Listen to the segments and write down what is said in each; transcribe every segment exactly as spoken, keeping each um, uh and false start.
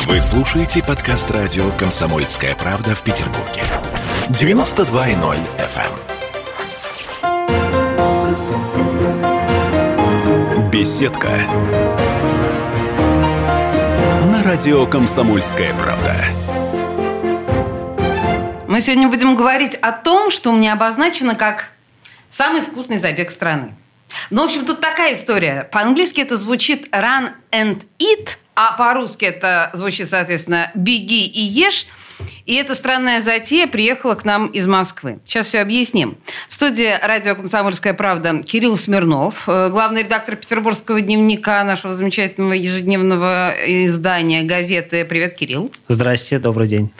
Вы слушаете подкаст радио «Комсомольская правда» в Петербурге. девяносто два и ноль эф эм. Беседка. На радио «Комсомольская правда». Мы сегодня будем говорить о том, что у меня обозначено как самый вкусный забег страны. Ну, в общем, тут такая история. По-английски это звучит run and eat, а по-русски это звучит, соответственно, беги и ешь. И эта странная затея приехала к нам из Москвы. Сейчас все объясним. В студии радио «Комсомольская правда» Кирилл Смирнов, главный редактор петербургского дневника, нашего замечательного ежедневного издания газеты «Привет, Кирилл». Здрасте, добрый день.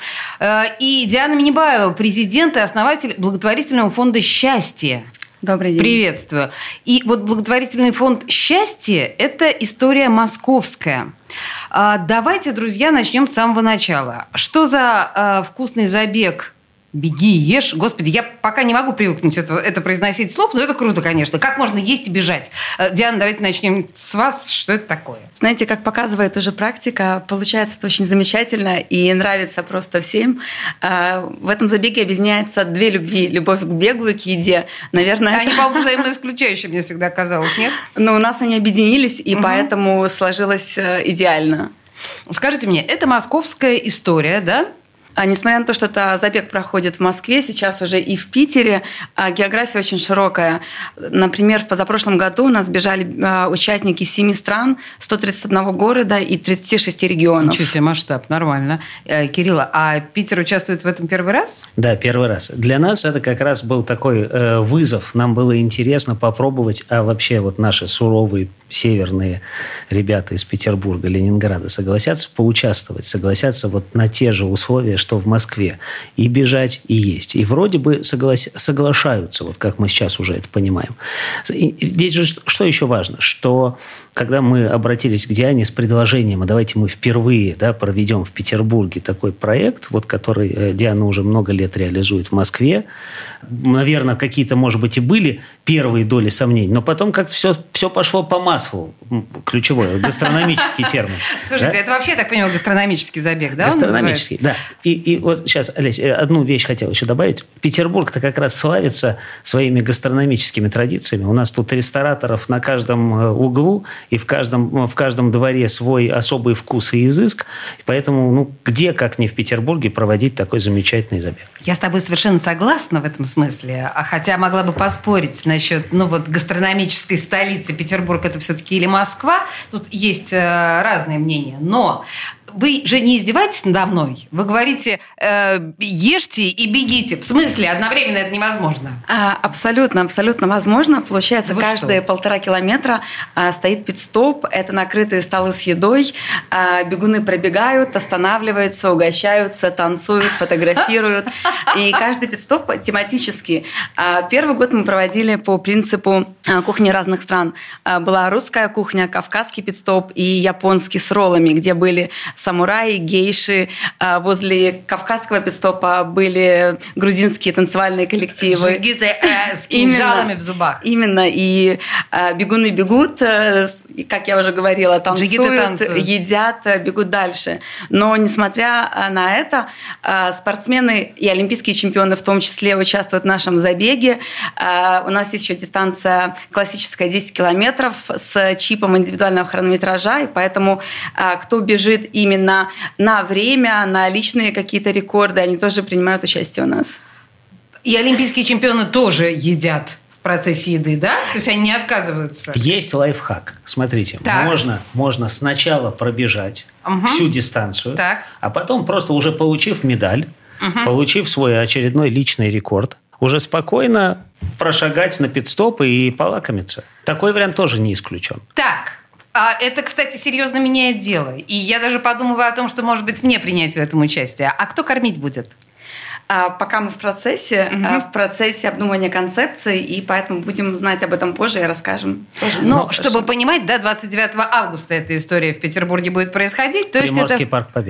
И Диана Минибаева, президент и основатель благотворительного фонда «Счастье». Добрый день. Приветствую. И вот благотворительный фонд «Счастье» – это история московская. А, давайте, друзья, начнем с самого начала. Что за а, вкусный забег «Беги и ешь»? Господи, я пока не могу привыкнуть это, это произносить вслух, но это круто, конечно. Как можно есть и бежать? А, Диана, давайте начнем с вас. Что это такое? Знаете, как показывает уже практика, получается это очень замечательно и нравится просто всем. В этом забеге объединяется две любви. Любовь к бегу и к еде. Наверное, они, по-моему, взаимоисключающие, мне всегда казалось, нет? Но у нас они объединились, и угу. поэтому сложилось идеально. Скажите мне, это московская история, да? А несмотря на то, что это забег проходит в Москве, сейчас уже и в Питере, география очень широкая. Например, в позапрошлом году у нас бежали участники семи стран, ста тридцати одного города и тридцати шести регионов. Ничего себе, масштаб, нормально. Кирилл, а Питер участвует в этом первый раз? Да, первый раз. Для нас это как раз был такой э, вызов. Нам было интересно попробовать, а вообще вот наши суровые северные ребята из Петербурга, Ленинграда согласятся поучаствовать, согласятся вот на те же условия, что в Москве, и бежать, и есть. И вроде бы соглас... соглашаются, вот как мы сейчас уже это понимаем. И здесь же что еще важно? Что когда мы обратились к Диане с предложением, а давайте мы впервые да, проведем в Петербурге такой проект, вот, который Диана уже много лет реализует в Москве, наверное, какие-то, может быть, и были первые доли сомнений, но потом как-то все, все пошло по маслу. Ключевой, гастрономический термин. Слушайте, это вообще, я так понимаю, гастрономический забег, да? Гастрономический, да. И, и вот сейчас, Олесь, одну вещь хотел еще добавить. Петербург-то как раз славится своими гастрономическими традициями. У нас тут рестораторов на каждом углу, и в каждом, в каждом дворе свой особый вкус и изыск. И поэтому, ну, где, как не в Петербурге, проводить такой замечательный забег? Я с тобой совершенно согласна в этом смысле. Хотя могла бы поспорить насчет, ну, вот, гастрономической столицы. Петербург – это все-таки или Москва. Тут есть э, разные мнения. Но вы же не издеваетесь надо мной? Вы говорите, э, ешьте и бегите. В смысле, одновременно это невозможно? А, абсолютно, абсолютно возможно. Получается, да каждые что? полтора километра а, стоит пит-стоп. Это накрытые столы с едой. А, бегуны пробегают, останавливаются, угощаются, танцуют, фотографируют. И каждый пит-стоп тематический. А, первый год мы проводили по принципу а, кухни разных стран. А, была русская кухня, кавказский пит-стоп и японский с роллами, где были самураи, гейши. Возле кавказского пит-стопа были грузинские танцевальные коллективы. Джигиты э, с кинжалами в зубах. Именно. И э, бегуны бегут, э, как я уже говорила, танцуют, едят, бегут дальше. Но, несмотря на это, э, спортсмены и олимпийские чемпионы в том числе участвуют в нашем забеге. Э, у нас есть еще дистанция классическая десять километров с чипом индивидуального хронометража, и поэтому э, кто бежит именно Именно на время, на личные какие-то рекорды, они тоже принимают участие у нас. И олимпийские чемпионы тоже едят в процессе еды, да? То есть они не отказываются? Есть лайфхак. Смотрите, можно, можно сначала пробежать угу. всю дистанцию, так. а потом просто уже получив медаль, угу. получив свой очередной личный рекорд, уже спокойно прошагать на пит-стоп и полакомиться. Такой вариант тоже не исключен. Так. А это, кстати, серьезно меняет дело. И я даже подумываю о том, что, может быть, мне принять в этом участие. А кто кормить будет? А, пока мы в процессе, угу. а, в процессе обдумывания концепции, и поэтому будем знать об этом позже и расскажем. Но, ну, чтобы понимать, да, двадцать девятого августа эта история в Петербурге будет происходить. То Приморский есть это... парк Победы.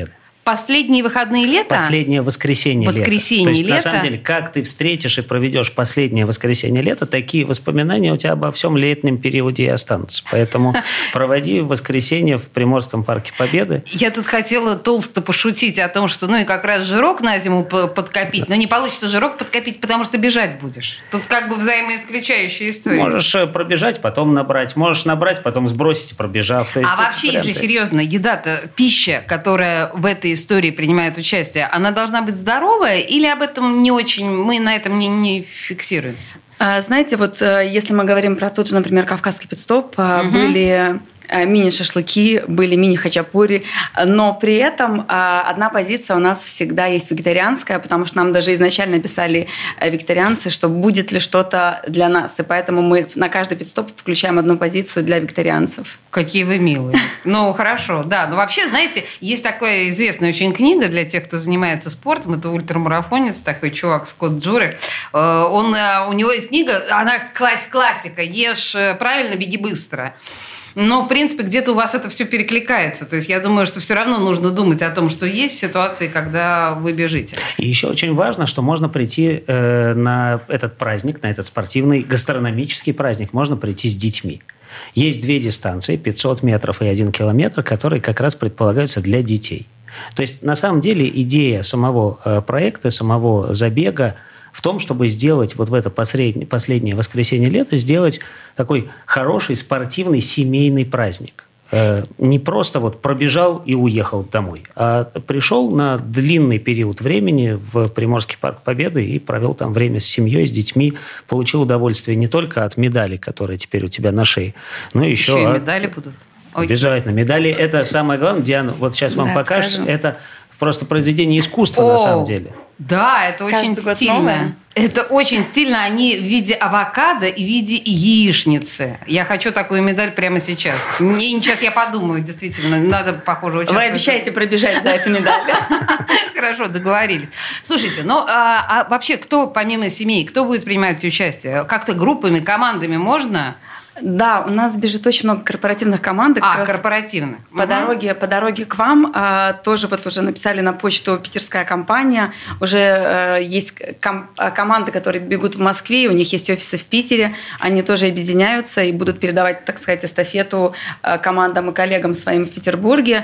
последние выходные лета? Последнее воскресенье, воскресенье лета. То есть, лета. на самом деле, как ты встретишь и проведешь последнее воскресенье лета, такие воспоминания у тебя обо всем летнем периоде и останутся. Поэтому проводи воскресенье в Приморском парке Победы. Я тут хотела толсто пошутить о том, что ну и как раз жирок на зиму подкопить, но не получится жирок подкопить, потому что бежать будешь. Тут как бы взаимоисключающая история. Можешь пробежать, потом набрать. Можешь набрать, потом сбросить, пробежав. То есть а вообще, если серьезно, еда-то, пища, которая в этой истории принимает участие, она должна быть здоровая или об этом не очень, мы на этом не, не фиксируемся? Знаете, вот если мы говорим про тот же, например, кавказский пит-стоп, угу. были мини-шашлыки, были мини-хачапури, но при этом одна позиция у нас всегда есть вегетарианская, потому что нам даже изначально писали вегетарианцы, что будет ли что-то для нас, и поэтому мы на каждый пит-стоп включаем одну позицию для вегетарианцев. Какие вы милые. Ну, хорошо, да. Но вообще, знаете, есть такая известная очень книга для тех, кто занимается спортом, это ультрамарафонец, такой чувак Скотт Джурек. Он, у него есть книга, она классика, ешь правильно, беги быстро. Но, в принципе, где-то у вас это все перекликается. То есть я думаю, что все равно нужно думать о том, что есть в ситуации, когда вы бежите. И еще очень важно, что можно прийти э, на этот праздник, на этот спортивный гастрономический праздник, можно прийти с детьми. Есть две дистанции, пятьсот метров и один километр, которые как раз предполагаются для детей. То есть, на самом деле, идея самого э, проекта, самого забега в том, чтобы сделать вот в это последнее, последнее воскресенье лета, сделать такой хороший спортивный семейный праздник. Э, не просто вот пробежал и уехал домой, а пришел на длинный период времени в Приморский парк Победы и провел там время с семьей, с детьми, получил удовольствие не только от медали, которая теперь у тебя на шее, но еще, еще и от... медали будут. Обязательно. Медали – это самое главное. Диана, вот сейчас вам да, покажешь. Покажу. Это просто произведение искусства, О, на самом деле. Да, это очень Каждый стильно. Это очень стильно. Они в виде авокадо и в виде яичницы. Я хочу такую медаль прямо сейчас. И сейчас я подумаю, действительно, надо, похоже, участвовать. Вы обещаете пробежать за эту медаль. Хорошо, договорились. Слушайте, ну, а, а вообще, кто, помимо семей, кто будет принимать участие? Как-то группами, командами можно? Да, у нас бежит очень много корпоративных команд. А, корпоративных. По, угу. дороге, по дороге к вам а, тоже вот уже написали на почту питерская компания. Уже а, есть ком- команды, которые бегут в Москве, у них есть офисы в Питере. Они тоже объединяются и будут передавать, так сказать, эстафету а, командам и коллегам своим в Петербурге.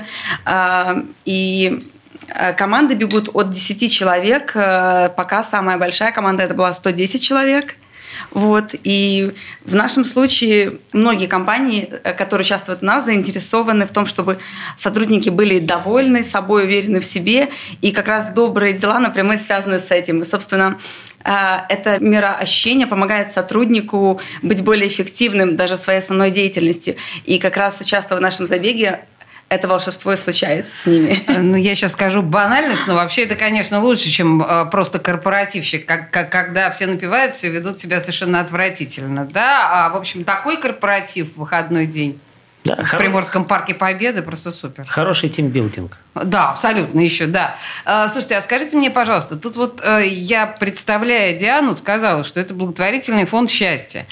А, и... Команды бегут от десяти человек. Пока самая большая команда это была сто десять человек. Вот. И в нашем случае многие компании, которые участвуют у нас, заинтересованы в том, чтобы сотрудники были довольны собой, уверены в себе. И как раз добрые дела напрямую связаны с этим. И, собственно, это мироощущение помогает сотруднику быть более эффективным даже в своей основной деятельности. И как раз участвуя в нашем забеге, это волшебство и случается с ними. Ну, я сейчас скажу банальность, но вообще это, конечно, лучше, чем э, просто корпоративщик, как, как, когда все напиваются и ведут себя совершенно отвратительно. Да? А, в общем, такой корпоратив в выходной день да, в хоро... Приморском парке Победы просто супер. Хороший тимбилдинг. Да, абсолютно еще, да. Э, слушайте, а скажите мне, пожалуйста, тут вот э, я, представляя Диану, сказала, что это благотворительный фонд счастья.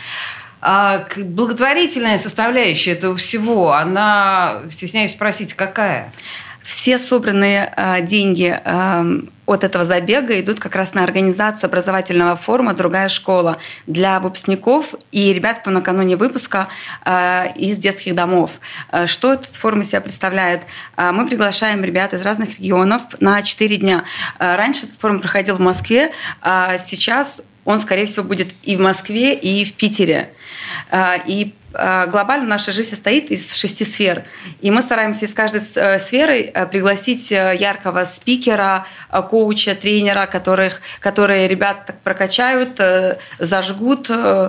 А благотворительная составляющая этого всего, она, стесняюсь спросить, какая? Все собранные э, деньги э, от этого забега идут как раз на организацию образовательного форума «Другая школа» для выпускников и ребят, кто накануне выпуска э, из детских домов. Э, что этот форум из себя представляет? Э, мы приглашаем ребят из разных регионов на четыре дня. Э, раньше этот форум проходил в Москве, а сейчас он, скорее всего, будет и в Москве, и в Питере. И глобально наша жизнь состоит из шести сфер. И мы стараемся из каждой сферы пригласить яркого спикера, коуча, тренера, которых, которые ребят так прокачают, зажгут.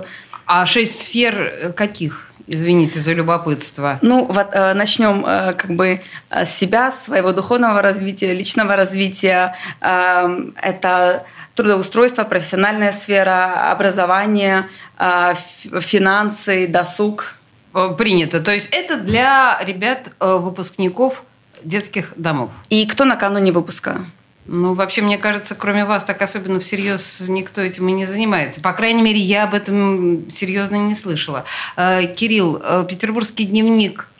А шесть сфер каких? Извините за любопытство. Ну, вот э, начнем э, как бы с себя, с своего духовного развития, личного развития. Э, это трудоустройство, профессиональная сфера, образование, э, финансы, досуг. Принято. То есть это для ребят, э, выпускников детских домов. И кто накануне выпуска? Ну, вообще, мне кажется, кроме вас, так особенно всерьез никто этим и не занимается. По крайней мере, я об этом серьезно не слышала. Кирилл, петербургский дневник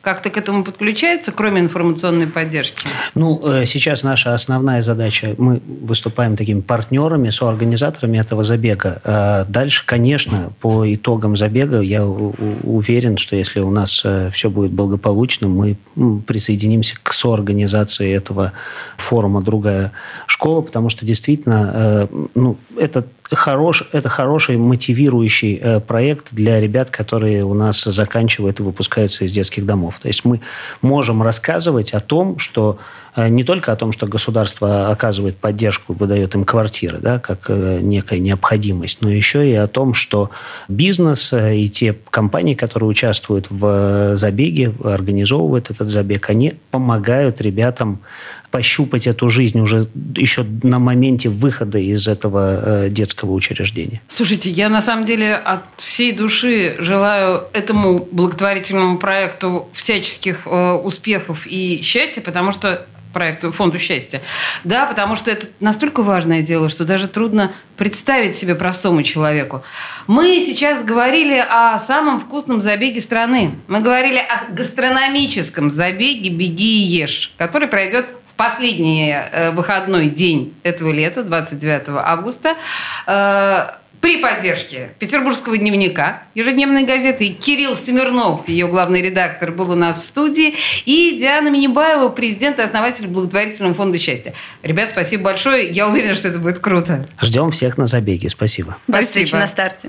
как-то к этому подключается, кроме информационной поддержки? Ну, сейчас наша основная задача, мы выступаем такими партнерами, соорганизаторами этого забега. Дальше, конечно, по итогам забега я уверен, что если у нас все будет благополучно, мы присоединимся к соорганизации этого форума «Другая школа», потому что действительно, ну, это Хорош, это хороший мотивирующий э, проект для ребят, которые у нас заканчивают и выпускаются из детских домов. То есть мы можем рассказывать о том, что э, не только о том, что государство оказывает поддержку, выдает им квартиры, да, как э, некая необходимость, но еще и о том, что бизнес э, и те компании, которые участвуют в э, забеге, организовывают этот забег, они помогают ребятам пощупать эту жизнь уже еще на моменте выхода из этого э, детского учреждения. Слушайте, я на самом деле от всей души желаю этому благотворительному проекту всяческих э, успехов и счастья, потому что проекту фонду счастья, да, потому что это настолько важное дело, что даже трудно представить себе простому человеку. Мы сейчас говорили о самом вкусном забеге страны. Мы говорили о гастрономическом забеге «Беги и ешь», который пройдет в последний э, выходной день этого лета, двадцать девятого августа, э, при поддержке Петербургского дневника, ежедневной газеты. Кирилл Смирнов, ее главный редактор, был у нас в студии. И Диана Минибаева, президент и основатель благотворительного фонда счастья. Ребят, спасибо большое. Я уверена, что это будет круто. Ждем всех на забеге. Спасибо. До встречи на старте.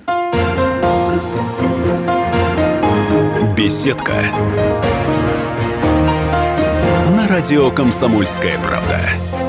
Беседка. На радио «Комсомольская правда».